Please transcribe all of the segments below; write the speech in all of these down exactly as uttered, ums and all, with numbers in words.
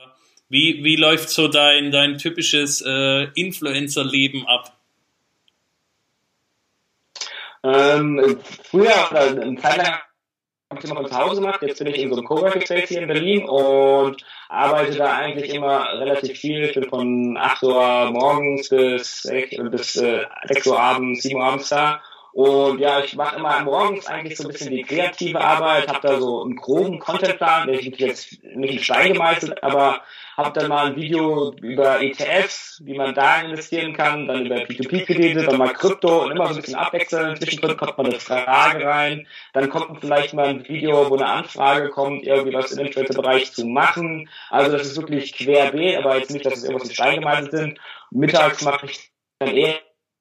Wie, wie läuft so dein, dein typisches äh, Influencer-Leben ab? Ähm, früher oder eine Zeit lang habe ich immer von zu Hause gemacht. Jetzt bin ich in so einem Coworking Space hier in Berlin und arbeite da eigentlich immer relativ viel. Ich bin von acht Uhr morgens bis, sech- bis äh, sechs Uhr abends, sieben Uhr abends da. Und ja, ich mache immer morgens eigentlich so ein bisschen die kreative Arbeit, habe da so einen groben Contentplan, der ist jetzt nicht in Stein gemeißelt, aber habe dann mal ein Video über E T Fs, wie man da investieren kann, dann über P zwei P-Kredite, dann mal Krypto und immer so ein bisschen abwechselnd. Zwischendrin kommt mal eine Frage rein, dann kommt vielleicht mal ein Video, wo eine Anfrage kommt, irgendwie was im Influencer-Bereich zu machen. Also das ist wirklich querbeet, aber jetzt nicht, dass es irgendwas in Stein gemeißelt sind. Mittags mache ich dann eher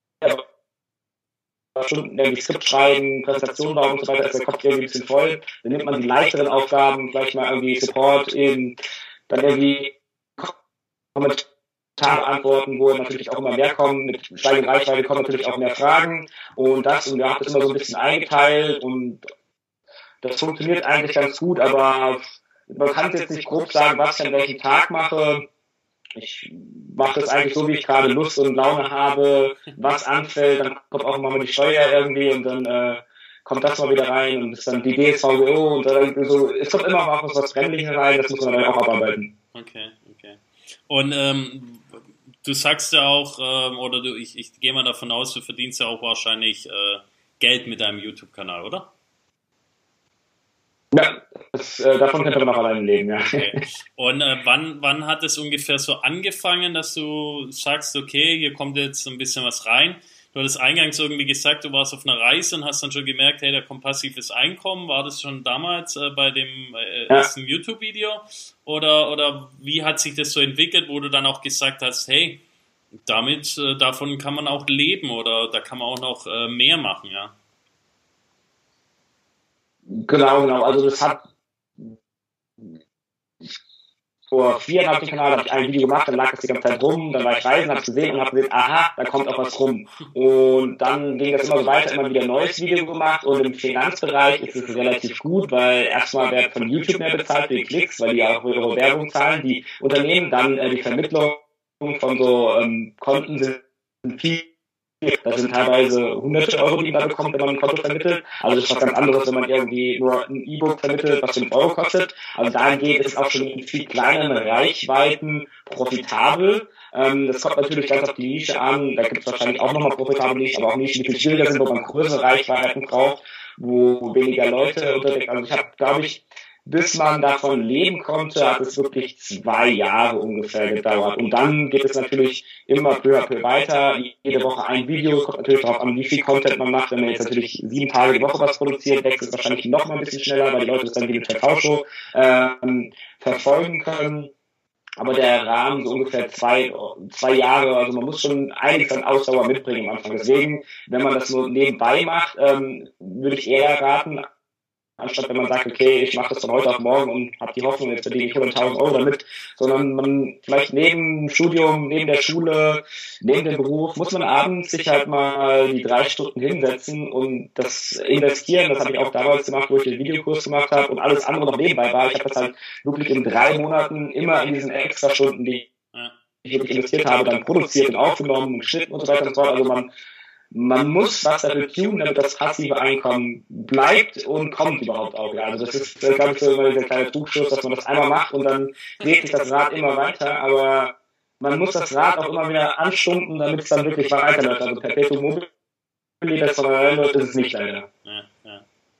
Stunden irgendwie Skript schreiben, Präsentation bauen und so weiter, ist der Kopf irgendwie ein bisschen voll. Dann nimmt man die leichteren Aufgaben, vielleicht mal irgendwie Support, eben, dann irgendwie Kommentare beantworten, wo natürlich auch immer mehr kommen. Mit steigender Reichweite kommen natürlich auch mehr Fragen und das, und wir haben das immer so ein bisschen eingeteilt und das funktioniert eigentlich ganz gut, aber man kann jetzt nicht grob sagen, was ich an welchem Tag mache. Ich mache das eigentlich so, wie ich gerade Lust und Laune habe, was anfällt, dann kommt auch mal die Steuer irgendwie und dann äh, kommt das mal wieder rein und ist dann die D S V G O und dann so, es kommt immer mal was Brennliches rein, das muss man dann auch abarbeiten. Okay, okay. Und ähm, du sagst ja auch, ähm, oder du, ich, ich gehe mal davon aus, du verdienst ja auch wahrscheinlich äh, Geld mit deinem YouTube-Kanal, oder? Ja, das, äh, davon könnte man auch alleine leben, ja. Okay. Und äh, wann, wann hat es ungefähr so angefangen, dass du sagst, okay, hier kommt jetzt ein bisschen was rein? Du hattest eingangs irgendwie gesagt, du warst auf einer Reise und hast dann schon gemerkt, hey, da kommt passives Einkommen. War das schon damals äh, bei dem äh, Ja. ersten YouTube-Video? Oder, oder wie hat sich das so entwickelt, wo du dann auch gesagt hast, hey, damit, äh, davon kann man auch leben oder da kann man auch noch äh, mehr machen, ja? Genau, genau. Also das hat vor vier Jahren auf dem Kanal habe ich ein Video gemacht, dann lag es die ganze Zeit rum, dann war ich reisen, habe es gesehen und habe gesehen, aha, da kommt auch was rum. Und dann ging das immer so weiter, immer wieder ein neues Video gemacht und im Finanzbereich ist es relativ gut, weil erstmal wird von YouTube mehr bezahlt für die Klicks, weil die auch ihre Werbung zahlen, die Unternehmen, dann äh, die Vermittlung von so ähm, Konten sind viel. Das sind teilweise hunderte Euro, die man da bekommt, wenn man ein Konto vermittelt. Also das ist was ganz anderes, wenn man irgendwie nur ein E-Book vermittelt, was fünf Euro kostet. Also dahingehend ist es auch schon in viel kleineren Reichweiten profitabel. Ähm, das kommt natürlich ganz auf die Nische an. Da gibt es wahrscheinlich auch nochmal profitable Nischen, aber auch Nischen, die viel schwieriger sind, wo man größere Reichweiten braucht, wo weniger Leute unterwegs. Also ich habe, glaube ich, bis man davon leben konnte, hat es wirklich zwei Jahre ungefähr gedauert. Und dann geht es natürlich immer peu à peu weiter. Jede Woche ein Video, kommt natürlich darauf an, wie viel Content man macht. Wenn man jetzt natürlich sieben Tage die Woche was produziert, wächst es wahrscheinlich noch mal ein bisschen schneller, weil die Leute das dann wie eine T V-Show ähm, verfolgen können. Aber der Rahmen so ungefähr zwei, zwei Jahre, also man muss schon einiges an Ausdauer mitbringen am Anfang. Deswegen, wenn man das nur nebenbei macht, ähm, würde ich eher raten, anstatt wenn man sagt, okay, ich mache das von heute auf morgen und habe die Hoffnung, jetzt verdiene ich hunderttausend Euro damit, sondern man vielleicht neben dem Studium, neben der Schule, neben dem Beruf, muss man abends sich halt mal die drei Stunden hinsetzen und das investieren. Das habe ich auch damals gemacht, wo ich den Videokurs gemacht habe und alles andere noch nebenbei war. Ich habe das halt wirklich in drei Monaten immer in diesen extra Stunden, die ich wirklich investiert habe, dann produziert und aufgenommen und geschnitten und so weiter und so fort. Also man Man muss was dafür tun, damit das passive Einkommen bleibt und kommt überhaupt auch. Ja. Also das ist, äh, glaube ich, so immer dieser kleine Trugschluss, dass man das einmal macht und dann dreht sich das Rad immer weiter. Aber man muss das Rad auch immer wieder anstumpen, damit es dann wirklich weiterläuft. Also Perpetuum mobile, das läuft, ist es nicht leider. Ja, ja.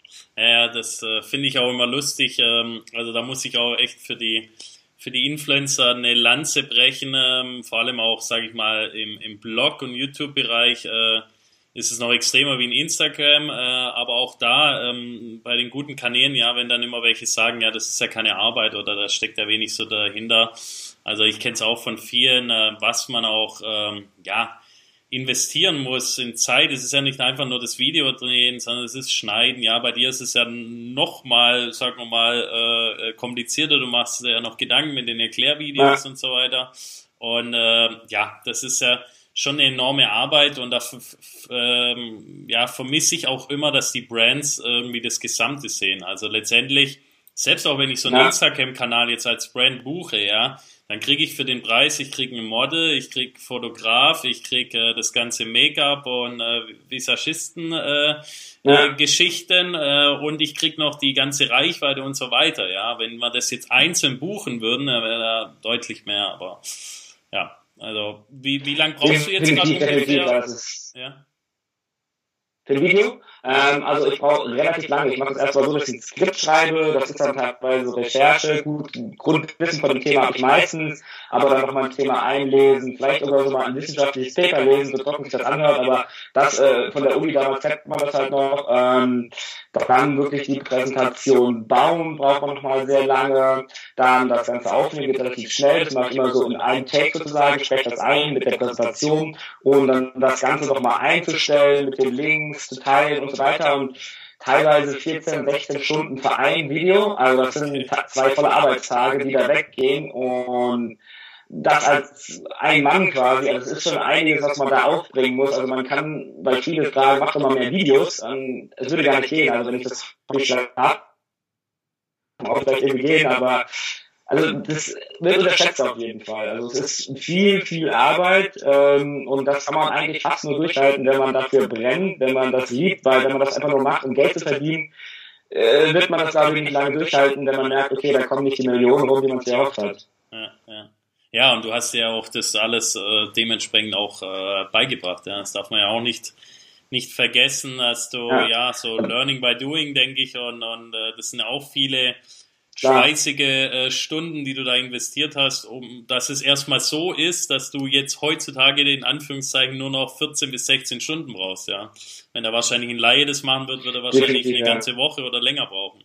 Ja, das äh, finde ich auch immer lustig. Ähm, also da muss ich auch echt für die für die Influencer eine Lanze brechen. Ähm, vor allem auch, sage ich mal, im, im Blog- und YouTube-Bereich äh, ist es noch extremer wie in Instagram, äh, aber auch da ähm, bei den guten Kanälen, ja, wenn dann immer welche sagen, ja, das ist ja keine Arbeit oder da steckt ja wenig so dahinter. Also ich kenne es auch von vielen, äh, was man auch, ähm, ja, investieren muss in Zeit. Es ist ja nicht einfach nur das Video drehen, sondern es ist Schneiden. Ja, bei dir ist es ja noch mal, sagen wir mal, äh, komplizierter. Du machst ja noch Gedanken mit den Erklärvideos ja. und so weiter. Und äh, ja, das ist ja schon eine enorme Arbeit und da ähm, ja, vermisse ich auch immer, dass die Brands irgendwie das Gesamte sehen. Also letztendlich selbst auch wenn ich so einen Ja. Instagram-Kanal jetzt als Brand buche, ja, dann kriege ich für den Preis, ich kriege ein Model, ich kriege Fotograf, ich kriege äh, das ganze Make-up und äh, Visagisten äh, Ja. äh, Geschichten äh, und ich kriege noch die ganze Reichweite und so weiter, ja. Wenn wir das jetzt einzeln buchen würden, dann wäre da deutlich mehr, aber ja, also wie, wie lange brauchst du jetzt gerade Definitiv, definitiv, ungefähr? das ist Ja. für ein Video. Ähm, also ich brauche relativ lange. Ich mache das erstmal so, dass ich ein Skript schreibe. Das ist dann teilweise Recherche. Gut, Grundwissen von dem Thema habe ich meistens, aber dann nochmal ein Thema einlesen, vielleicht sogar so mal ein wissenschaftliches Paper lesen, so trocken sich das anhört, aber das äh, von der Uni damals kennt man das halt noch. Ähm, dann wirklich die Präsentation bauen, braucht man nochmal sehr lange. Dann das Ganze aufnehmen geht relativ schnell. Das mache ich immer so in einem Take sozusagen, spreche das ein mit der Präsentation und dann das Ganze nochmal einzustellen mit den Links zu teilen und so weiter und teilweise vierzehn, sechzehn Stunden für ein Video. Also das sind zwei volle Arbeitstage, die da weggehen und das als ein Mann quasi, also es ist schon einiges, was man da aufbringen muss. Also man kann bei vielen fragen, mach doch mal mehr Videos. Ähm, es würde gar nicht gehen, also wenn ich das nicht habe, auch vielleicht irgendwie gehen, aber also das wird unterschätzt auf jeden Fall. Also es ist viel, viel Arbeit ähm, und das kann man eigentlich fast nur durchhalten, wenn man dafür brennt, wenn man das liebt, weil wenn man das einfach nur macht, um Geld zu verdienen, äh, wird man das glaube ich nicht lange durchhalten, wenn man merkt, okay, da kommen nicht die Millionen rum, die man sich erhofft hat. Ja, ja. Ja, und du hast ja auch das alles äh, dementsprechend auch äh, beigebracht. Ja? Das darf man ja auch nicht, nicht vergessen, dass du, ja, ja so Learning by Doing, denke ich, und, und äh, das sind auch viele schweißige äh, Stunden, die du da investiert hast, um dass es erstmal so ist, dass du jetzt heutzutage in Anführungszeichen nur noch vierzehn bis sechzehn Stunden brauchst. Ja, wenn da wahrscheinlich ein Laie das machen wird, wird er wahrscheinlich Definitiv, eine ja. ganze Woche oder länger brauchen.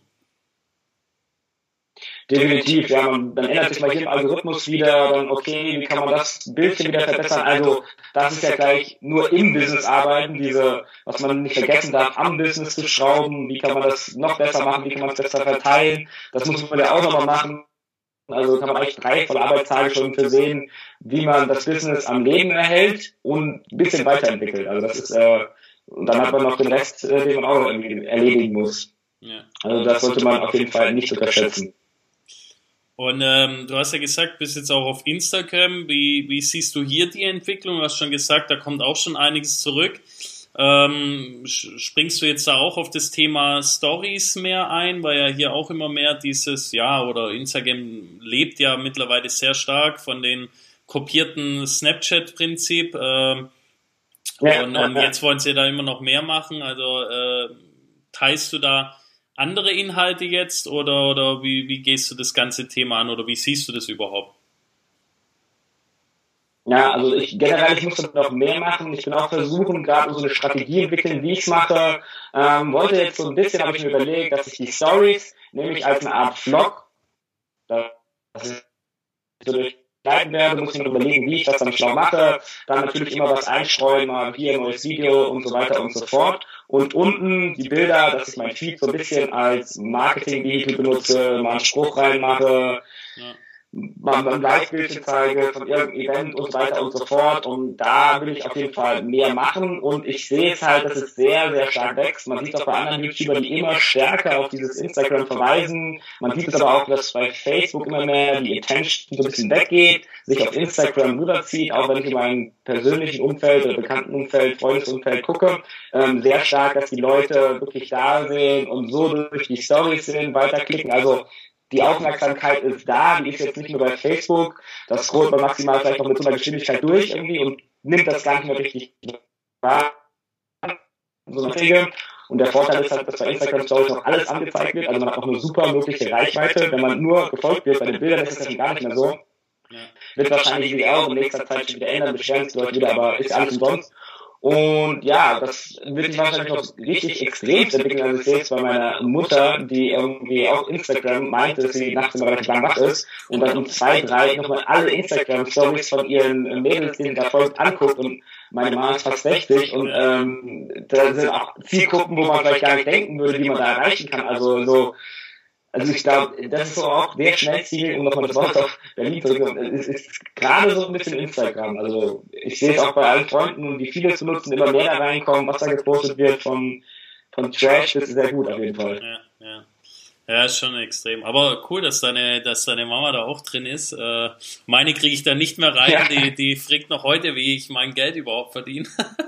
Definitiv, ja, man, dann ändert sich mal hier im Algorithmus wieder, dann okay, wie kann man das Bildchen wieder verbessern, also das ist ja gleich nur im Business arbeiten, diese, was man nicht vergessen darf, am Business zu schrauben, wie kann man das noch besser machen, wie kann man es besser verteilen, das muss man ja auch nochmal machen, also kann man eigentlich drei volle Arbeitstage schon für sehen, wie man das Business am Leben erhält und ein bisschen weiterentwickelt, also das ist, äh, und dann hat man noch den Rest, äh, den man auch irgendwie erledigen muss. Ja. Also das sollte man auf jeden Fall nicht unterschätzen. Und ähm, du hast ja gesagt, bist jetzt auch auf Instagram. Wie, wie siehst du hier die Entwicklung? Du hast schon gesagt, da kommt auch schon einiges zurück. Ähm, springst du jetzt da auch auf das Thema Stories mehr ein, weil ja hier auch immer mehr dieses, ja, oder Instagram lebt ja mittlerweile sehr stark von den kopierten Snapchat-Prinzip. Ähm, Ja, und, ja, und ja. jetzt wollen sie da immer noch mehr machen. Also äh, teilst du da andere Inhalte jetzt oder, oder wie, wie gehst du das ganze Thema an oder wie siehst du das überhaupt? Ja, also ich generell, ich musste noch mehr machen. Ich bin auch versuchen, gerade so eine Strategie entwickeln, wie ich es mache. Ähm, wollte jetzt so ein bisschen, habe ich mir überlegt, dass ich die Stories nämlich als eine Art Vlog, das ich so durchleiten werde, muss ich mir überlegen, wie ich das dann schlau mache. Dann natürlich immer was einstreuen, mal hier ein neues Video und so weiter und so fort. Und unten die Bilder, dass ich mein Feed so ein bisschen als Marketing-Vehikel benutze, mal einen Spruch reinmache, Ja. mal ein Live-Bildchen zeige von irgendeinem Event und so weiter und so fort. Und da will ich auf jeden Fall mehr machen. Und ich sehe jetzt halt, dass es sehr, sehr stark wächst. Man sieht es auch bei anderen YouTubern, die immer stärker auf dieses Instagram verweisen. Man sieht es aber auch, dass bei Facebook immer mehr die Attention so ein bisschen weggeht, sich auf Instagram rüberzieht, auch wenn ich in meinem persönlichen Umfeld oder bekannten Umfeld, Freundesumfeld gucke, ähm, sehr stark, dass die Leute wirklich da sind und so durch die Storys sind, weiterklicken. Also die Aufmerksamkeit ist da, die ist jetzt nicht nur bei Facebook, das scrollt man maximal vielleicht noch mit so einer Geschwindigkeit durch irgendwie und nimmt das gar nicht mehr richtig wahr. So eine Regel. Und der Vorteil ist halt, dass bei Instagram Stories noch alles angezeigt wird, also man hat auch eine super mögliche Reichweite, wenn man nur gefolgt wird, bei den Bildern ist es ja schon gar nicht mehr so. Ja. Wird wahrscheinlich sich auch in nächster Zeit schon wieder ändern, beschweren sich die Leute wieder, aber ist ja alles umsonst. Und ja, das wird sich wahrscheinlich noch richtig extrem entwickeln. Also ich sehe es bei meiner Mutter, die irgendwie auch Instagram meinte, dass sie nachts immer relativ lang wach ist und dann um zwei, drei nochmal alle Instagram-Stories von ihren Mädels, die sie da folgt, anguckt. Und meine Mama ist fast sechzig und ähm, da sind auch Zielgruppen, wo man vielleicht gar nicht denken würde, die man da erreichen kann. Also so, also ich glaube, das ist so auch sehr schnell Ziel, um nochmal das Wort auf Berlin zu sagen, es ist gerade so ein bisschen Instagram. Also ich sehe es auch bei allen Freunden, die viele zu nutzen, immer mehr da reinkommen, was da gepostet wird, von, von Trash, das ist sehr gut auf jeden Fall. Ja, ja. Ja, ist schon extrem. Aber cool, dass deine, dass deine Mama da auch drin ist. Äh, meine kriege ich da nicht mehr rein. Ja. Die, die fragt noch heute, wie ich mein Geld überhaupt verdiene.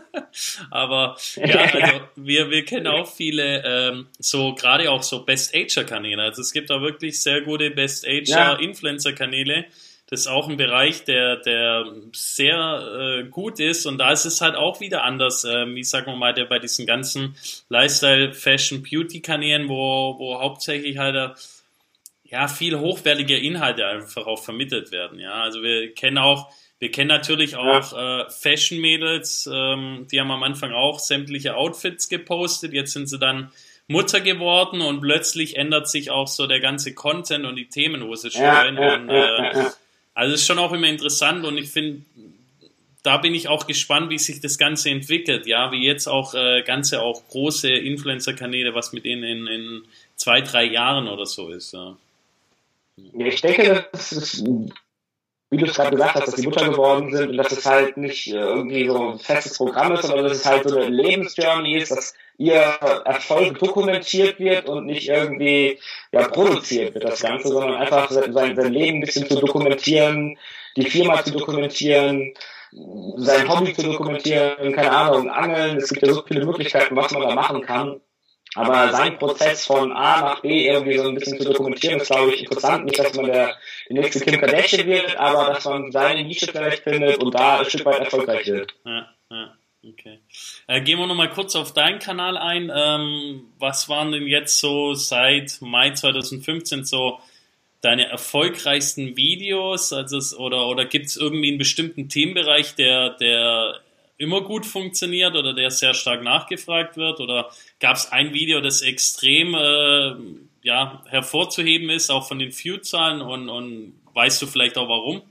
Aber ja, also wir, wir kennen auch viele, ähm, so gerade auch so Best-Ager-Kanäle. Also es gibt da wirklich sehr gute Best-Ager-Influencer-Kanäle. Das ist auch ein Bereich, der, der sehr äh, gut ist, und da ist es halt auch wieder anders, ähm, wie sagen wir mal, der bei diesen ganzen Lifestyle, Fashion, Beauty-Kanälen, wo, wo hauptsächlich halt äh, ja viel hochwertige Inhalte einfach auch vermittelt werden. Ja, also wir kennen auch, wir kennen natürlich auch äh, Fashion-Mädels, ähm, die haben am Anfang auch sämtliche Outfits gepostet, jetzt sind sie dann Mutter geworden und plötzlich ändert sich auch so der ganze Content und die Themen, wo sie streuen. Ja, ja, und, ja, äh, ja. Also es ist schon auch immer interessant, und ich finde, da bin ich auch gespannt, wie sich das Ganze entwickelt, ja, wie jetzt auch äh, ganze auch große Influencer-Kanäle, was mit denen in, in zwei, drei Jahren oder so ist. Ja. Ja, ich denke, das ist, wie du es gerade gesagt hast, dass die Mutter geworden sind und dass es halt nicht äh, irgendwie so ein festes Programm ist, sondern dass es halt so eine Lebensjourney ist, dass ihr Erfolg dokumentiert wird und nicht irgendwie ja, produziert wird, das Ganze, sondern einfach sein, sein Leben ein bisschen zu dokumentieren, die Firma zu dokumentieren, sein Hobby zu dokumentieren, keine Ahnung, Angeln, es gibt ja so viele Möglichkeiten, was man da machen kann. Aber sein Prozess von A nach B irgendwie so ein bisschen zu dokumentieren, ist, glaube ich, interessant. Nicht, dass man der, die nächste Kim Kardashian wird, aber dass man seine Nische vielleicht findet und da ein Stück weit erfolgreich wird. Ja, ja, okay. Äh, gehen wir nochmal kurz auf deinen Kanal ein. Ähm, was waren denn jetzt so seit Mai zwanzig fünfzehn so deine erfolgreichsten Videos? Also es, oder oder gibt es irgendwie einen bestimmten Themenbereich, der, der immer gut funktioniert oder der sehr stark nachgefragt wird? Oder gab es ein Video, das extrem äh, ja, hervorzuheben ist, auch von den View-Zahlen, und, und weißt du vielleicht auch warum?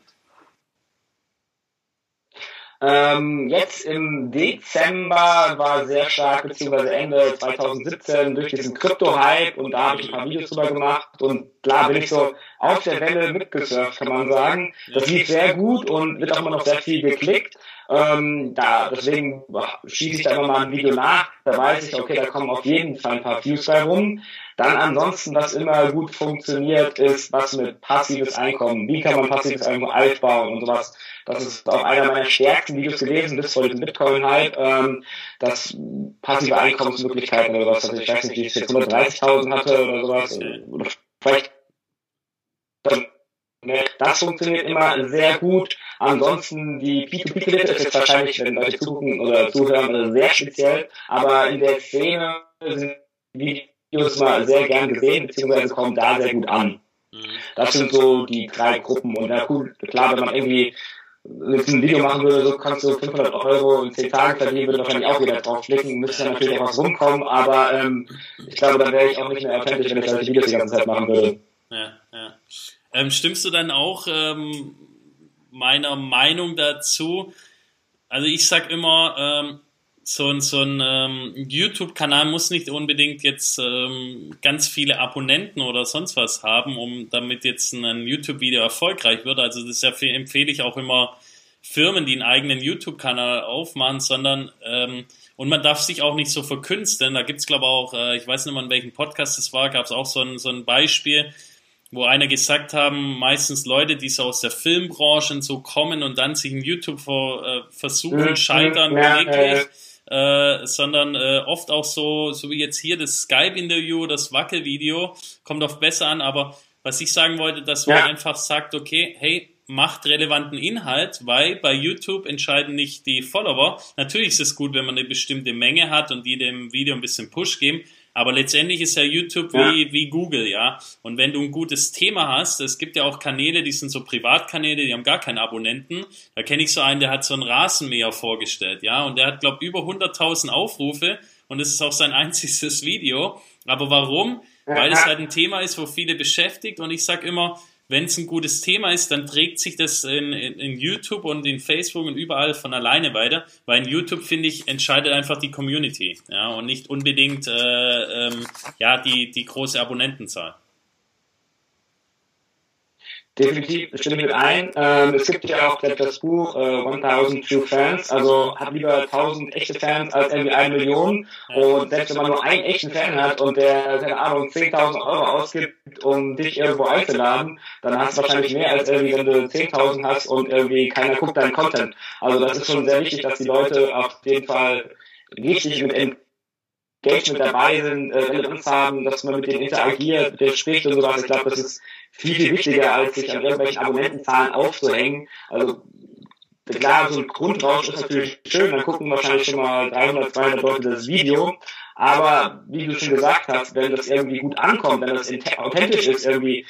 Ähm, jetzt im Dezember war sehr stark, beziehungsweise Ende zwanzig siebzehn durch diesen Krypto-Hype, und da habe ich ein paar Videos drüber gemacht, und klar bin ich so auf der Welle mitgesurft, kann man sagen. Das lief sehr gut und wird auch immer noch sehr viel geklickt. Ähm, da, deswegen schieße ich da immer mal ein Video nach, da weiß ich, okay, da kommen auf jeden Fall ein paar Views bei rum. Dann ansonsten, was immer gut funktioniert, ist was mit passives Einkommen. Wie kann man passives Einkommen aufbauen und sowas. Das ist auch einer meiner stärksten Videos gewesen, bis vor diesem Bitcoin-Hype, ähm, das passive Einkommensmöglichkeiten oder was. Also ich weiß nicht, wie ich jetzt hundertdreißigtausend hatte oder sowas. Oder vielleicht, das funktioniert immer sehr gut. Ansonsten die P zwei P-Kredite ist jetzt wahrscheinlich, wenn Leute zugucken oder zuhören, sehr speziell. Aber in der Szene sind die Videos mal sehr gern gesehen, beziehungsweise kommen da sehr gut an. Das sind so die drei Gruppen. Und na gut, klar, wenn man irgendwie jetzt ein Video machen würde, so kannst du fünfhundert Euro in zehn Tagen verdienen, würde wahrscheinlich auch jeder draufklicken, müsste dann natürlich auch was rumkommen, aber ähm, ich glaube, dann wäre ich auch nicht mehr authentisch, wenn ich solche Videos die ganze Zeit machen würde. Ja, ja. Ähm, stimmst du dann auch ähm, meiner Meinung dazu? Also ich sag immer, ähm, so ein, so ein ähm, YouTube-Kanal muss nicht unbedingt jetzt ähm, ganz viele Abonnenten oder sonst was haben, um damit jetzt ein YouTube-Video erfolgreich wird. Also das empfehle ich auch immer Firmen, die einen eigenen YouTube-Kanal aufmachen, sondern ähm, und man darf sich auch nicht so verkünsteln. Da gibt's glaube ich auch, äh, ich weiß nicht mal in welchem Podcast es war, gab es auch so ein, so ein Beispiel, wo einer gesagt haben, meistens Leute, die so aus der Filmbranche und so kommen und dann sich in YouTube vor, äh, versuchen, scheitern wirklich. Äh, sondern äh, oft auch so, so wie jetzt hier das Skype-Interview, das Wackel-Video, kommt oft besser an, aber was ich sagen wollte, dass man ja. einfach sagt, okay, hey, macht relevanten Inhalt, weil bei YouTube entscheiden nicht die Follower. Natürlich ist es gut, wenn man eine bestimmte Menge hat und die dem Video ein bisschen Push geben, aber letztendlich ist ja YouTube ja. wie, wie Google, ja. Und wenn du ein gutes Thema hast, es gibt ja auch Kanäle, die sind so Privatkanäle, die haben gar keine Abonnenten. Da kenne ich so einen, der hat so einen Rasenmäher vorgestellt, ja. Und der hat, glaube ich, über hunderttausend Aufrufe und es ist auch sein einziges Video. Aber warum? Weil es halt ein Thema ist, wo viele beschäftigt, und ich sag immer, wenn es ein gutes Thema ist, dann trägt sich das in, in, in YouTube und in Facebook und überall von alleine weiter, weil in YouTube, finde ich, entscheidet einfach die Community, ja, und nicht unbedingt äh, ähm, ja, die, die große Abonnentenzahl. Definitiv, stimme ich mit ein. Ähm, es gibt ja auch das Buch äh, tausend True Fans, also hat lieber tausend echte Fans als irgendwie eine Million. Und selbst wenn man nur einen echten Fan hat und der, keine Ahnung, zehntausend Euro ausgibt, um dich irgendwo einzuladen, dann hast du wahrscheinlich mehr als irgendwie, wenn du zehntausend hast und irgendwie keiner guckt deinen Content. Also das ist schon sehr wichtig, dass die Leute auf jeden Fall richtig mit Engagement dabei sind, äh, Relevanz haben, dass man mit denen interagiert, mit denen spricht und sowas. Ich glaube, das ist viel, viel wichtiger, als sich an irgendwelchen Abonnentenzahlen aufzuhängen. Also klar, so ein Grundrausch ist natürlich schön, dann gucken wahrscheinlich schon mal dreihundert, zweihundert Leute das Video. Aber wie du schon gesagt hast, wenn das irgendwie gut ankommt, wenn das authentisch ist, irgendwie,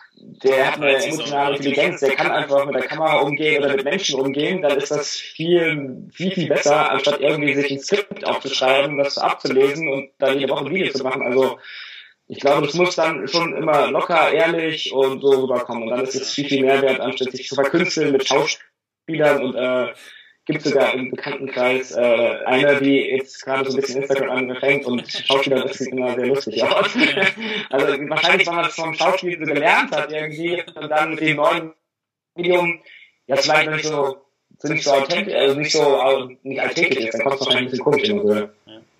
der hat eine emotionale Intelligenz, der kann einfach mit der Kamera umgehen oder mit Menschen umgehen, dann ist das viel, viel, viel besser, anstatt irgendwie sich ein Skript aufzuschreiben, das abzulesen und dann jede Woche ein Video zu machen. Also ich glaube, das muss dann schon immer locker, ehrlich und so rüberkommen. Und dann ist es viel, viel mehr wert, anstatt sich zu verkünsteln mit Schauspielern und äh, gibt sogar im Bekanntenkreis äh, eine, die jetzt gerade so ein bisschen Instagram anfängt und Schauspieler, das sieht immer sehr lustig aus. Also wahrscheinlich, weil man das vom Schauspiel so gelernt hat irgendwie und dann mit dem neuen Medium ja vielleicht nicht so, so nicht so authentisch, also nicht so nicht alltäglich ist, dann kommt es wahrscheinlich ein bisschen komisch immer. Ja.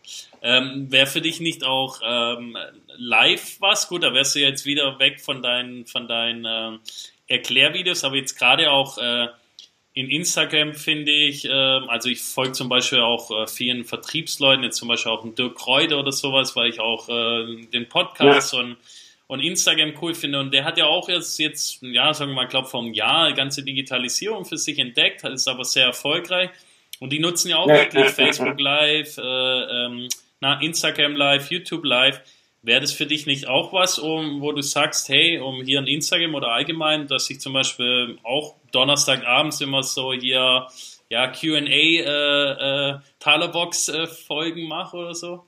Ähm, wäre für dich nicht auch ähm, live was? Gut, da wärst du jetzt wieder weg von deinen von deinen ähm, Erklärvideos, aber jetzt gerade auch äh, in Instagram finde ich, äh, also ich folge zum Beispiel auch äh, vielen Vertriebsleuten, jetzt zum Beispiel auch einen Dirk Kräuter oder sowas, weil ich auch äh, den Podcast ja. und, und Instagram cool finde. Und der hat ja auch jetzt, jetzt ja, sagen wir mal, ich glaube vor einem Jahr die ganze Digitalisierung für sich entdeckt, ist aber sehr erfolgreich. Und die nutzen ja auch ja, wirklich ja, Facebook ja. Live, äh, ähm, na, Instagram Live, YouTube Live. Wäre das für dich nicht auch was, um, wo du sagst, hey, um hier ein Instagram oder allgemein, dass ich zum Beispiel auch Donnerstagabends immer so hier ja, Q and A äh, äh, Talerbox äh, Folgen mache oder so?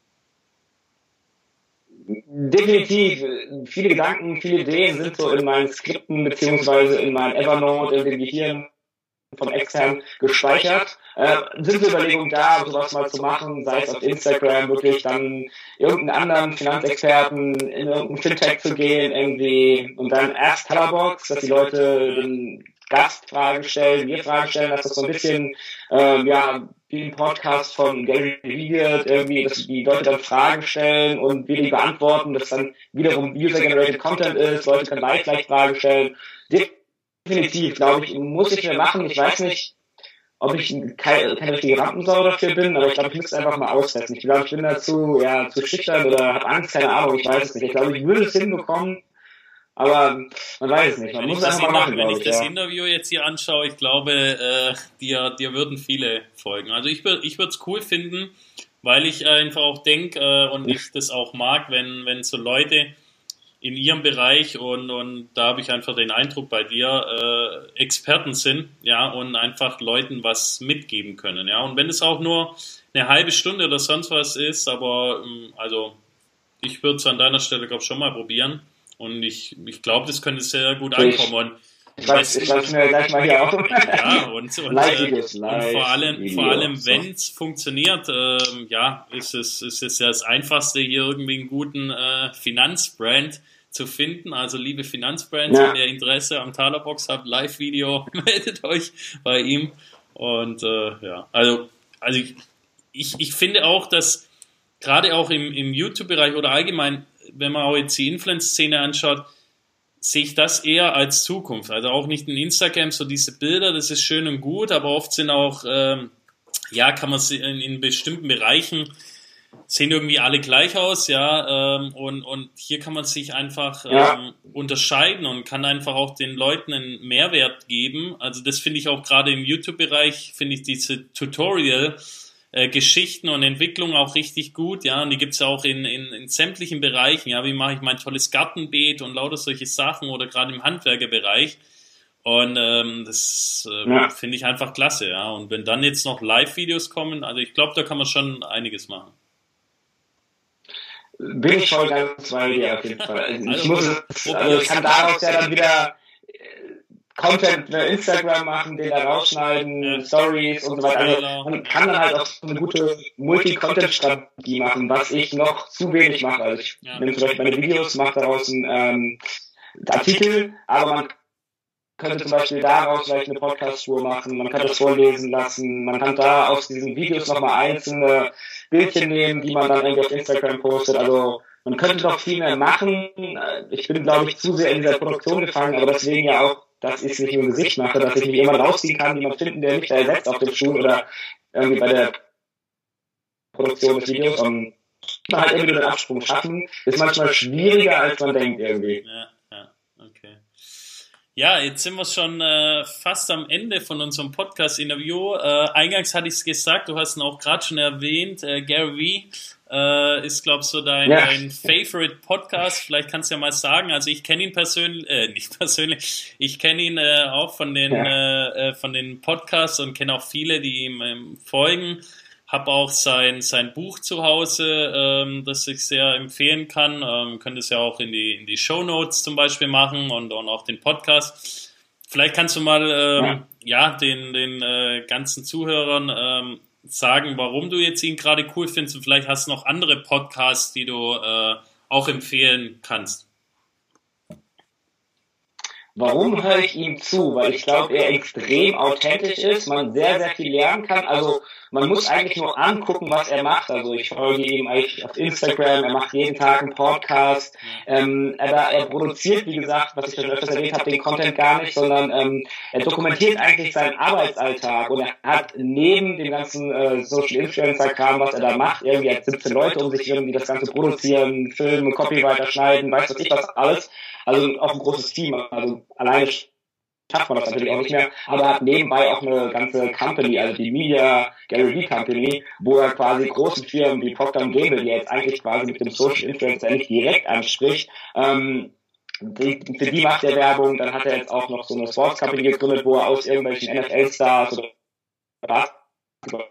Definitiv. Viele Gedanken, viele Ideen sind so in meinen Skripten beziehungsweise in meinem Evernote, in dem Gehirn von extern gespeichert. Äh, sind so Überlegungen da, sowas mal zu machen, sei es auf Instagram, wirklich dann irgendeinen anderen Finanzexperten in irgendein Fintech zu gehen, irgendwie, und dann erst Colorbox, dass die Leute den Gast Fragen stellen, wir Fragen stellen, dass das so ein bisschen, ähm, ja, wie ein Podcast von Gary Vee wird, irgendwie, dass die Leute dann Fragen stellen und wir die beantworten, dass dann wiederum User-Generated Content ist, Leute können live gleich Fragen stellen. Definitiv, glaube ich, muss ich mir machen. Ich weiß nicht, ob ich keine, keine richtige Rampensau dafür bin, aber ich glaube, ich müsste einfach mal austesten. Ich glaube, ich bin dazu, ja, zu schüchtern oder habe Angst, keine Ahnung, ich weiß es nicht. Ich glaube, ich würde es hinbekommen, aber man weiß es nicht. Man wenn muss ich einfach mal machen, Wenn ich ich, das ja. Interview jetzt hier anschaue, ich glaube, äh, dir, dir würden viele folgen. Also ich würde ich würde es cool finden, weil ich einfach auch denke äh, und ich das auch mag, wenn, wenn so Leute in ihrem Bereich und, und da habe ich einfach den Eindruck bei dir, äh, Experten sind, ja, und einfach Leuten was mitgeben können, ja. Und wenn es auch nur eine halbe Stunde oder sonst was ist, aber also ich würde es an deiner Stelle, glaube ich, schon mal probieren. Und ich, ich glaube, das könnte sehr gut ankommen. Und ich weiß, ich weiß mir gleich mal hier auf. Ja, und, und, äh, und vor allem, vor allem, wenn es funktioniert, äh, ja, ist es, ist es ja das Einfachste, hier irgendwie einen guten äh, Finanzbrand zu finden. Also liebe Finanzbrands, ja. Wenn ihr Interesse am Talerbox habt, Live-Video, meldet euch bei ihm. Und äh, ja, also, also ich, ich, ich finde auch, dass gerade auch im, im YouTube-Bereich oder allgemein, wenn man auch jetzt die Influence-Szene anschaut, sehe ich das eher als Zukunft. Also auch nicht in Instagram, so diese Bilder, das ist schön und gut, aber oft sind auch, ähm, ja, kann man in, in bestimmten Bereichen sehen irgendwie alle gleich aus, ja, ähm, und, und hier kann man sich einfach ähm, ja. unterscheiden und kann einfach auch den Leuten einen Mehrwert geben. Also das finde ich auch gerade im YouTube-Bereich, finde ich diese Tutorial- Geschichten und Entwicklung auch richtig gut, ja, und die gibt's auch in, in, in sämtlichen Bereichen, ja, wie mache ich mein tolles Gartenbeet und lauter solche Sachen oder gerade im Handwerkerbereich und ähm, das äh, ja. finde ich einfach klasse, ja, und wenn dann jetzt noch Live-Videos kommen, also ich glaube, da kann man schon einiges machen. Bin ich voll ganz bei dir auf jeden Fall. Also ich muss es, also ich kann daraus ja dann wieder Content für Instagram machen, den da rausschneiden, ja. Stories und so weiter. Also man kann dann halt auch so eine gute Multi-Content-Strategie machen, was ich noch zu wenig mache. Also ich ja. nehme zum Beispiel meine Videos, mache daraus einen ähm, Artikel, aber man könnte zum Beispiel daraus vielleicht eine Podcast-Spur machen, man kann das vorlesen lassen, man kann da aus diesen Videos nochmal einzelne Bildchen nehmen, die man dann irgendwie auf Instagram postet. Also man könnte doch viel mehr machen. Ich bin, glaube ich, zu sehr in dieser Produktion gefangen, aber deswegen ja auch, dass ich es nicht im Gesicht mache, dass ich mich immer rausziehen kann, jemand finden, der mich da ersetzt auf dem Stuhl oder irgendwie bei der Produktion des Videos. Und halt irgendwie den Absprung schaffen, ist manchmal schwieriger, als man denkt irgendwie. Ja, ja, okay. Ja, jetzt sind wir schon äh, fast am Ende von unserem Podcast-Interview. Äh, eingangs hatte ich es gesagt, du hast ihn auch gerade schon erwähnt, äh, Gary Vee äh, ist, glaube ich, so dein, ja. dein Favorite Podcast. Vielleicht kannst du ja mal sagen, also ich kenne ihn persönlich, äh, nicht persönlich, ich kenne ihn äh, auch von den, ja. äh, von den Podcasts und kenne auch viele, die ihm ähm, folgen. Habe auch sein, sein Buch zu Hause, ähm, das ich sehr empfehlen kann. Ähm, könnt es ja auch in die, in die Shownotes zum Beispiel machen und, und auch den Podcast. Vielleicht kannst du mal ähm, ja. ja den, den äh, ganzen Zuhörern ähm, sagen, warum du jetzt ihn gerade cool findest und vielleicht hast du noch andere Podcasts, die du äh, auch empfehlen kannst. Warum höre ich ihm zu? Weil ich glaube, er extrem authentisch ist, man sehr, sehr viel lernen kann. Also man muss eigentlich nur angucken, was er macht. Also ich folge ihm eigentlich auf Instagram, er macht jeden Tag einen Podcast. Ähm, er, er produziert, wie gesagt, was ich schon öfters erwähnt habe, den Content gar nicht, sondern ähm, er dokumentiert eigentlich seinen Arbeitsalltag. Und er hat neben dem ganzen äh, Social Influencer-Kram, was er da macht, irgendwie hat siebzehn Leute um sich herum, die das Ganze produzieren, filmen, Copywriter schneiden, weiß was ich was alles. Also auch ein großes Team. Also alleine schafft man das natürlich auch nicht mehr, aber er hat nebenbei auch eine ganze Company, also die Media Gary Vee Company, wo er quasi große Firmen wie Procter und Gamble, die er jetzt eigentlich quasi mit dem Social Influencer nicht direkt anspricht, ähm, die, für die macht er Werbung. Dann hat er jetzt auch noch so eine Sports Company gegründet, wo er aus irgendwelchen N F L-Stars oder Basketball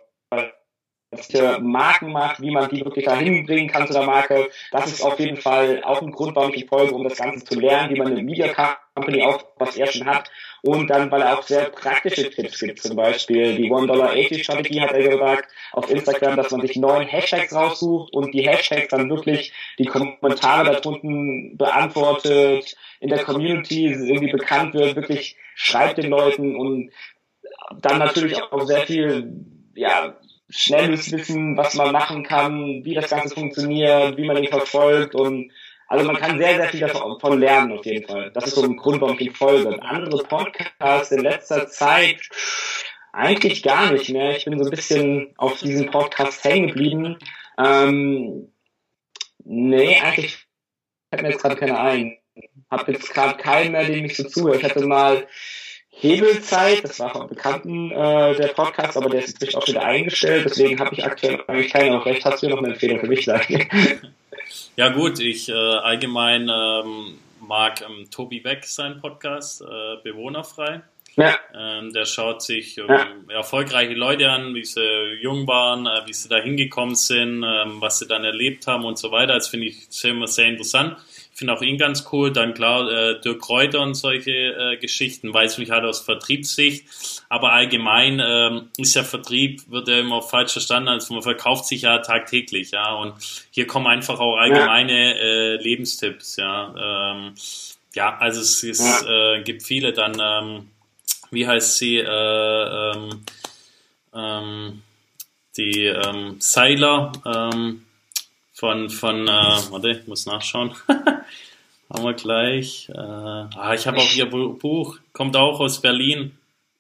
Marken macht, wie man die wirklich dahin bringen kann zu der Marke. Das ist auf jeden Fall auch ein Grund, warum ich folge, um das Ganze zu lernen, wie man eine Media Company auch, was er schon hat. Und dann, weil er auch sehr praktische Tipps gibt, zum Beispiel die one dollar eighty Strategie hat er gesagt auf Instagram, dass man sich neun Hashtags raussucht und die Hashtags dann wirklich die Kommentare da drunten beantwortet, in der Community irgendwie bekannt wird, wirklich schreibt den Leuten und dann natürlich auch sehr viel, ja, schnelles Wissen, was man machen kann, wie das Ganze funktioniert, wie man ihn verfolgt und also man kann sehr, sehr viel davon lernen auf jeden Fall. Das ist so ein Grund, warum ich ihm folge. Andere Podcasts in letzter Zeit eigentlich gar nicht mehr. Ich bin so ein bisschen auf diesem Podcast hängen geblieben. Ähm, nee, eigentlich fällt mir jetzt gerade keiner ein. Hab jetzt gerade keinen mehr, dem ich so zuhöre. Ich hatte mal Hebelzeit, das war von Bekannten äh, der Podcast, aber der ist inzwischen auch wieder eingestellt, deswegen habe ich aktuell eigentlich keine. Vielleicht hast du noch eine Empfehlung für mich sagen. Ja gut, ich äh, allgemein ähm, mag ähm, Tobi Beck seinen Podcast, äh, Bewohnerfrei. Ja. Ähm, der schaut sich ähm, ja. erfolgreiche Leute an, wie sie jung waren, äh, wie sie da hingekommen sind, ähm, was sie dann erlebt haben und so weiter. Das finde ich sehr, immer sehr interessant. Ich finde auch ihn ganz cool. Dann klar, äh, Dirk Kräuter und solche äh, Geschichten, weiß mich halt aus Vertriebssicht. Aber allgemein ähm, ist ja Vertrieb, wird ja immer falsch verstanden, also man verkauft sich ja tagtäglich, ja. Und hier kommen einfach auch allgemeine äh, Lebenstipps, ja. Ähm, ja, also es, es äh, gibt viele dann, ähm, wie heißt sie, äh, ähm, ähm, die ähm, Seiler, ähm, von, von äh, warte, ich muss nachschauen. Haben wir gleich. Äh, ah, ich habe auch ihr Buch, kommt auch aus Berlin.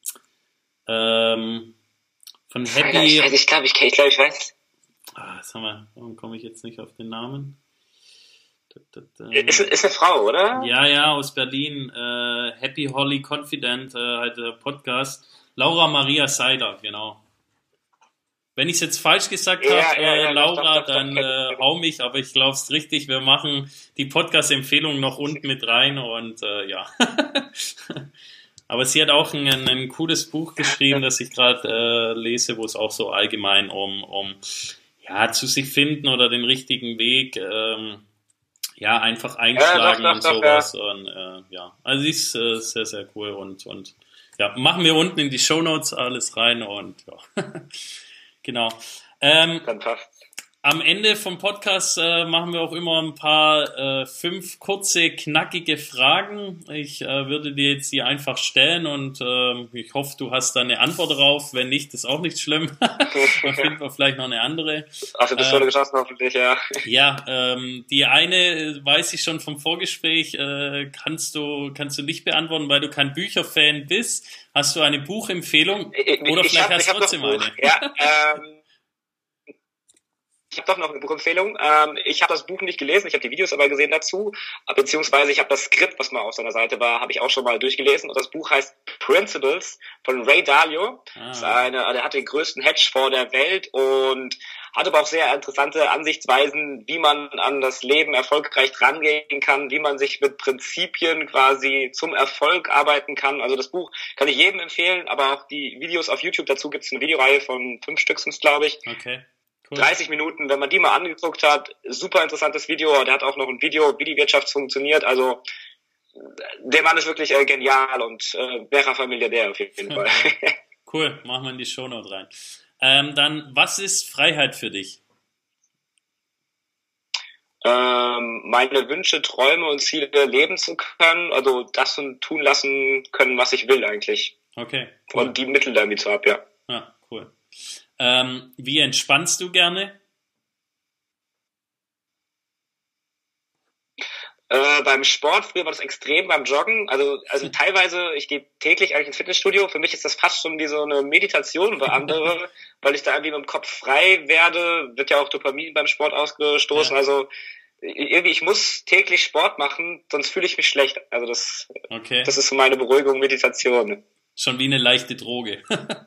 Ähm, von Happy. Ich, ich glaube, ich, ich, glaub, ich weiß. Ah, jetzt haben wir, warum komme ich jetzt nicht auf den Namen? Da, da, da. Ist, ist eine Frau, oder? Ja, ja, aus Berlin. Äh, Happy Holly Confident, äh, halt der Podcast. Laura Maria Seiler, genau. Wenn ich es jetzt falsch gesagt ja, habe, ja, ja, äh, Laura, doch, doch, dann äh, hau mich, aber ich glaube es richtig. Wir machen die Podcast-Empfehlung noch unten mit rein und äh, ja. Aber sie hat auch ein, ein cooles Buch geschrieben, das ich gerade äh, lese, wo es auch so allgemein um, um ja, zu sich finden oder den richtigen Weg, ähm, ja, einfach einschlagen ja, doch, doch, und sowas. Doch, ja. Und äh, ja, also sie ist äh, sehr, sehr cool und, und ja, machen wir unten in die Shownotes alles rein und ja. Genau. Ähm, Am Ende vom Podcast äh, machen wir auch immer ein paar äh, fünf kurze, knackige Fragen. Ich äh, würde dir jetzt die einfach stellen und äh, ich hoffe, du hast da eine Antwort drauf. Wenn nicht, ist auch nicht schlimm. Dann finden wir vielleicht noch eine andere. Ach, du bist äh, schon geschossen, hoffentlich, ja. Ja, ähm, die eine weiß ich schon vom Vorgespräch, äh, kannst du kannst du nicht beantworten, weil du kein Bücherfan bist. Hast du eine Buchempfehlung? Oder ich vielleicht hab, hast du trotzdem eine? Ja, ähm, ich habe doch noch eine Buchempfehlung. Ähm, ich habe das Buch nicht gelesen, ich habe die Videos aber gesehen dazu, beziehungsweise ich habe das Skript, was mal auf seiner Seite war, habe ich auch schon mal durchgelesen. Und das Buch heißt Principles von Ray Dalio. Ah. Das ist eine, der hat den größten Hedgefonds der Welt und hat aber auch sehr interessante Ansichtsweisen, wie man an das Leben erfolgreich rangehen kann, wie man sich mit Prinzipien quasi zum Erfolg arbeiten kann. Also das Buch kann ich jedem empfehlen, aber auch die Videos auf YouTube dazu gibt es eine Videoreihe von fünf Stück, glaube ich. Okay. Cool. dreißig Minuten, wenn man die mal angeguckt hat, super interessantes Video. Der hat auch noch ein Video, wie die Wirtschaft funktioniert. Also der Mann ist wirklich äh, genial und äh, wäre Familiardär auf jeden Fall. Okay. Cool, machen wir in die Shownote rein. Ähm, dann, was ist Freiheit für dich? Ähm, meine Wünsche, Träume und Ziele leben zu können, also das und tun lassen können, was ich will eigentlich. Okay. Cool. Und die Mittel damit zu haben, ja. Ja, cool. Ähm, wie entspannst du gerne? Äh, beim Sport, früher war das extrem, beim Joggen, also also teilweise, ich gehe täglich eigentlich ins Fitnessstudio, für mich ist das fast schon wie so eine Meditation für andere, weil ich da irgendwie mit dem Kopf frei werde, wird ja auch Dopamin beim Sport ausgestoßen, ja. Also irgendwie, ich muss täglich Sport machen, sonst fühle ich mich schlecht, also das, okay. Das ist so meine Beruhigung, Meditation. Schon wie eine leichte Droge.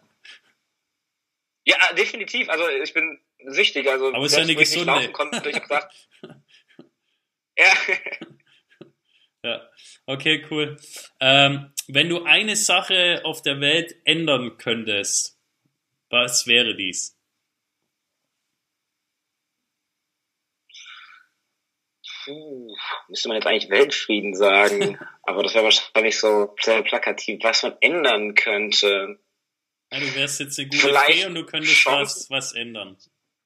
Ja, definitiv. Also ich bin süchtig. Also aber es ist ja eine gesunde. Laufen konnte, ich habe gesagt, ja. Ja, okay, cool. Ähm, wenn du eine Sache auf der Welt ändern könntest, was wäre dies? Puh, müsste man jetzt eigentlich Weltfrieden sagen, aber das wäre wahrscheinlich so sehr plakativ, was man ändern könnte. Ja, du wärst jetzt eine gute Fee und du könntest was, was ändern.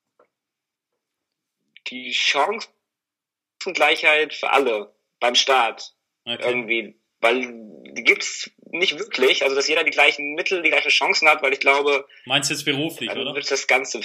Die Chancengleichheit für alle beim Staat. Okay. Irgendwie. Weil die gibt's nicht wirklich. Also, dass jeder die gleichen Mittel, die gleichen Chancen hat, weil ich glaube... Meinst du jetzt beruflich, dann oder? Wird das Ganze...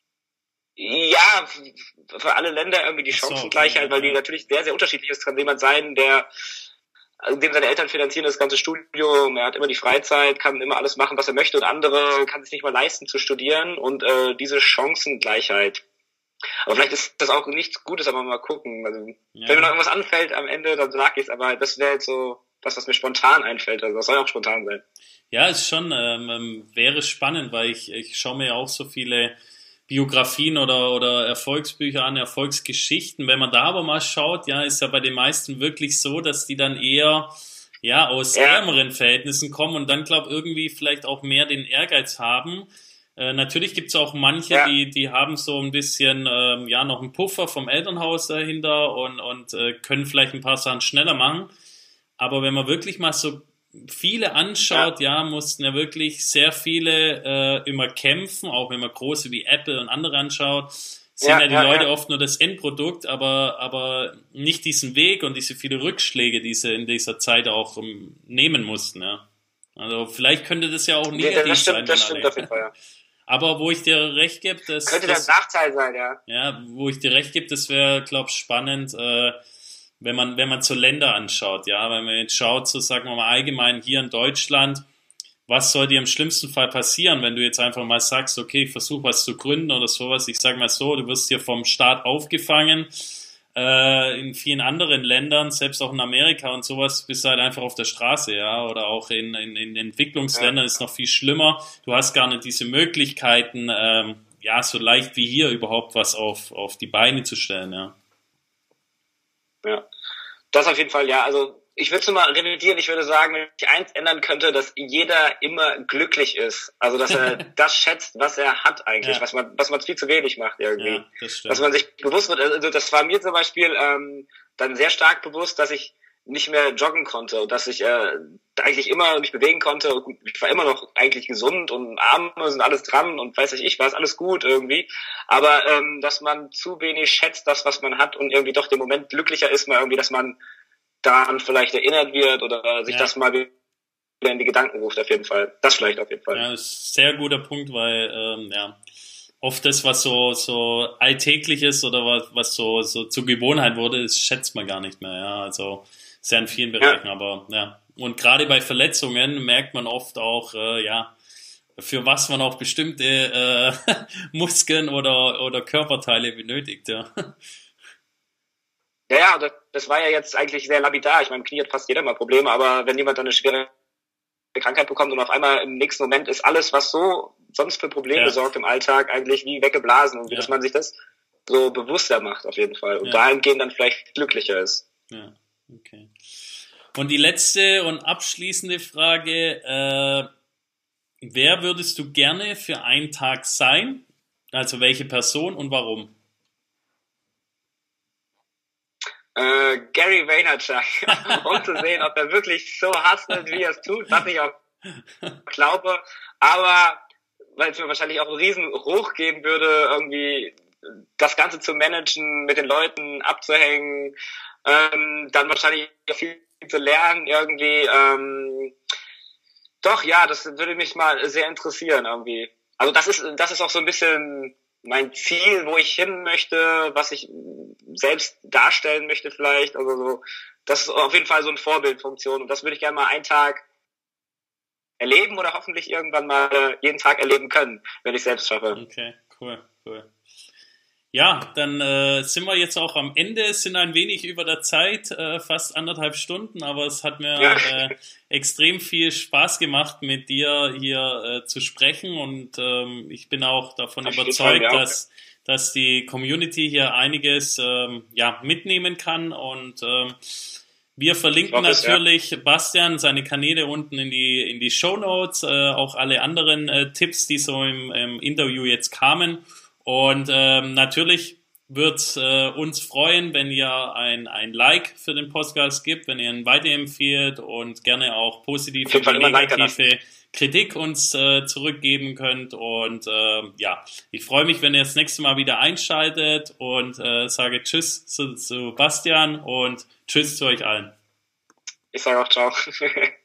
Ja, für alle Länder irgendwie die so, Chancengleichheit, okay, weil die natürlich sehr, sehr unterschiedlich ist. Es kann jemand sein, der... dem seine Eltern finanzieren das ganze Studium, er hat immer die Freizeit, kann immer alles machen, was er möchte und andere kann sich nicht mal leisten zu studieren und äh, diese Chancengleichheit. Aber vielleicht ist das auch nichts Gutes, aber mal gucken. Also, ja. Wenn mir noch irgendwas anfällt am Ende, dann sag ich's, aber das wäre jetzt so das, was mir spontan einfällt. Also das soll auch spontan sein. Ja, ist schon, ähm, wäre spannend, weil ich, ich schaue mir ja auch so viele Biografien oder, oder Erfolgsbücher an, Erfolgsgeschichten. Wenn man da aber mal schaut, ja, ist ja bei den meisten wirklich so, dass die dann eher ja aus ja. ärmeren Verhältnissen kommen und dann, glaube irgendwie vielleicht auch mehr den Ehrgeiz haben. Äh, natürlich gibt's auch manche, ja. die die haben so ein bisschen ähm, ja noch einen Puffer vom Elternhaus dahinter und, und äh, können vielleicht ein paar Sachen schneller machen. Aber wenn man wirklich mal so viele anschaut, ja. ja, mussten ja wirklich sehr viele äh, immer kämpfen, auch wenn man große wie Apple und andere anschaut, sehen ja, ja die ja, Leute ja. oft nur das Endprodukt, aber aber nicht diesen Weg und diese viele Rückschläge, die sie in dieser Zeit auch um, nehmen mussten, ja. Also vielleicht könnte das ja auch negativ ja, das stimmt, sein. Das stimmt auf jeden Fall, ja. Aber wo ich dir recht gebe, das... Könnte das ein Nachteil sein, ja. Ja, wo ich dir recht gebe, das wäre, glaube ich, spannend, äh, wenn man wenn man so Länder anschaut, ja, wenn man jetzt schaut, so sagen wir mal allgemein hier in Deutschland, was soll dir im schlimmsten Fall passieren, wenn du jetzt einfach mal sagst, okay, ich versuche was zu gründen oder sowas, ich sage mal so, du wirst hier vom Staat aufgefangen, äh, in vielen anderen Ländern, selbst auch in Amerika und sowas, bist du halt einfach auf der Straße, ja, oder auch in, in, in Entwicklungsländern ja. ist noch viel schlimmer, du hast gar nicht diese Möglichkeiten, ähm, ja, so leicht wie hier überhaupt was auf, auf die Beine zu stellen, ja. Ja, das auf jeden Fall, ja. Also ich würde es mal revidieren, ich würde sagen, wenn ich eins ändern könnte, dass jeder immer glücklich ist. Also dass er das schätzt, was er hat eigentlich, ja. was man was man viel zu wenig macht irgendwie. Ja, das stimmt. Dass man sich bewusst wird, also das war mir zum Beispiel ähm, dann sehr stark bewusst, dass ich nicht mehr joggen konnte und dass ich äh, eigentlich immer mich bewegen konnte. Gut, ich war immer noch eigentlich gesund und Arme sind alles dran und weiß ich, war es alles gut irgendwie. Aber ähm, dass man zu wenig schätzt, das, was man hat und irgendwie doch den Moment glücklicher ist, mal irgendwie, dass man daran vielleicht erinnert wird oder sich ja. das mal wieder in die Gedanken ruft auf jeden Fall. Das vielleicht auf jeden Fall. Ja, das ist ein sehr guter Punkt, weil ähm, ja oft das, was so so alltäglich ist oder was, was so so zur Gewohnheit wurde, das schätzt man gar nicht mehr. Ja, also sehr in vielen Bereichen, ja. aber ja. Und gerade bei Verletzungen merkt man oft auch, äh, ja, für was man auch bestimmte äh, Muskeln oder oder Körperteile benötigt, ja. Ja, ja, das, das war ja jetzt eigentlich sehr lapidar. Ich meine, im Knie hat fast jeder mal Probleme, aber wenn jemand dann eine schwere Krankheit bekommt und auf einmal im nächsten Moment ist alles, was so sonst für Probleme ja. sorgt im Alltag, eigentlich wie weggeblasen und ja. dass man sich das so bewusster macht auf jeden Fall und ja. dahingehend dann vielleicht glücklicher ist. Ja, okay. Und die letzte und abschließende Frage, äh, wer würdest du gerne für einen Tag sein? Also welche Person und warum? Äh, Gary Vaynerchuk, um zu sehen, ob er wirklich so hustelt, wie er es tut, was ich auch glaube, aber weil es mir wahrscheinlich auch einen riesen Hoch geben würde, irgendwie das Ganze zu managen, mit den Leuten abzuhängen, ähm, dann wahrscheinlich viel zu lernen irgendwie. Ähm, doch, ja, das würde mich mal sehr interessieren irgendwie. Also das ist, das ist auch so ein bisschen mein Ziel, wo ich hin möchte, was ich selbst darstellen möchte vielleicht. Also so, das ist auf jeden Fall so eine Vorbildfunktion und das würde ich gerne mal einen Tag erleben oder hoffentlich irgendwann mal jeden Tag erleben können, wenn ich es selbst schaffe. Okay, cool, cool. Ja, dann äh, sind wir jetzt auch am Ende, sind ein wenig über der Zeit, äh, fast anderthalb Stunden, aber es hat mir ja. äh, extrem viel Spaß gemacht, mit dir hier äh, zu sprechen und ähm, ich bin auch davon das überzeugt, Fall, ja. dass, dass die Community hier einiges ähm, ja, mitnehmen kann und ähm, wir verlinken natürlich ja. Bastian seine Kanäle unten in die in die Shownotes, äh, auch alle anderen äh, Tipps, die so im, im Interview jetzt kamen. Und ähm, natürlich wird es äh, uns freuen, wenn ihr ein, ein Like für den Podcast gibt, wenn ihr ihn weiterempfehlt und gerne auch positive und negative Kritik uns äh, zurückgeben könnt. Und äh, ja, ich freue mich, wenn ihr das nächste Mal wieder einschaltet und äh, sage Tschüss zu, zu Bastian und Tschüss zu euch allen. Ich sage auch Ciao.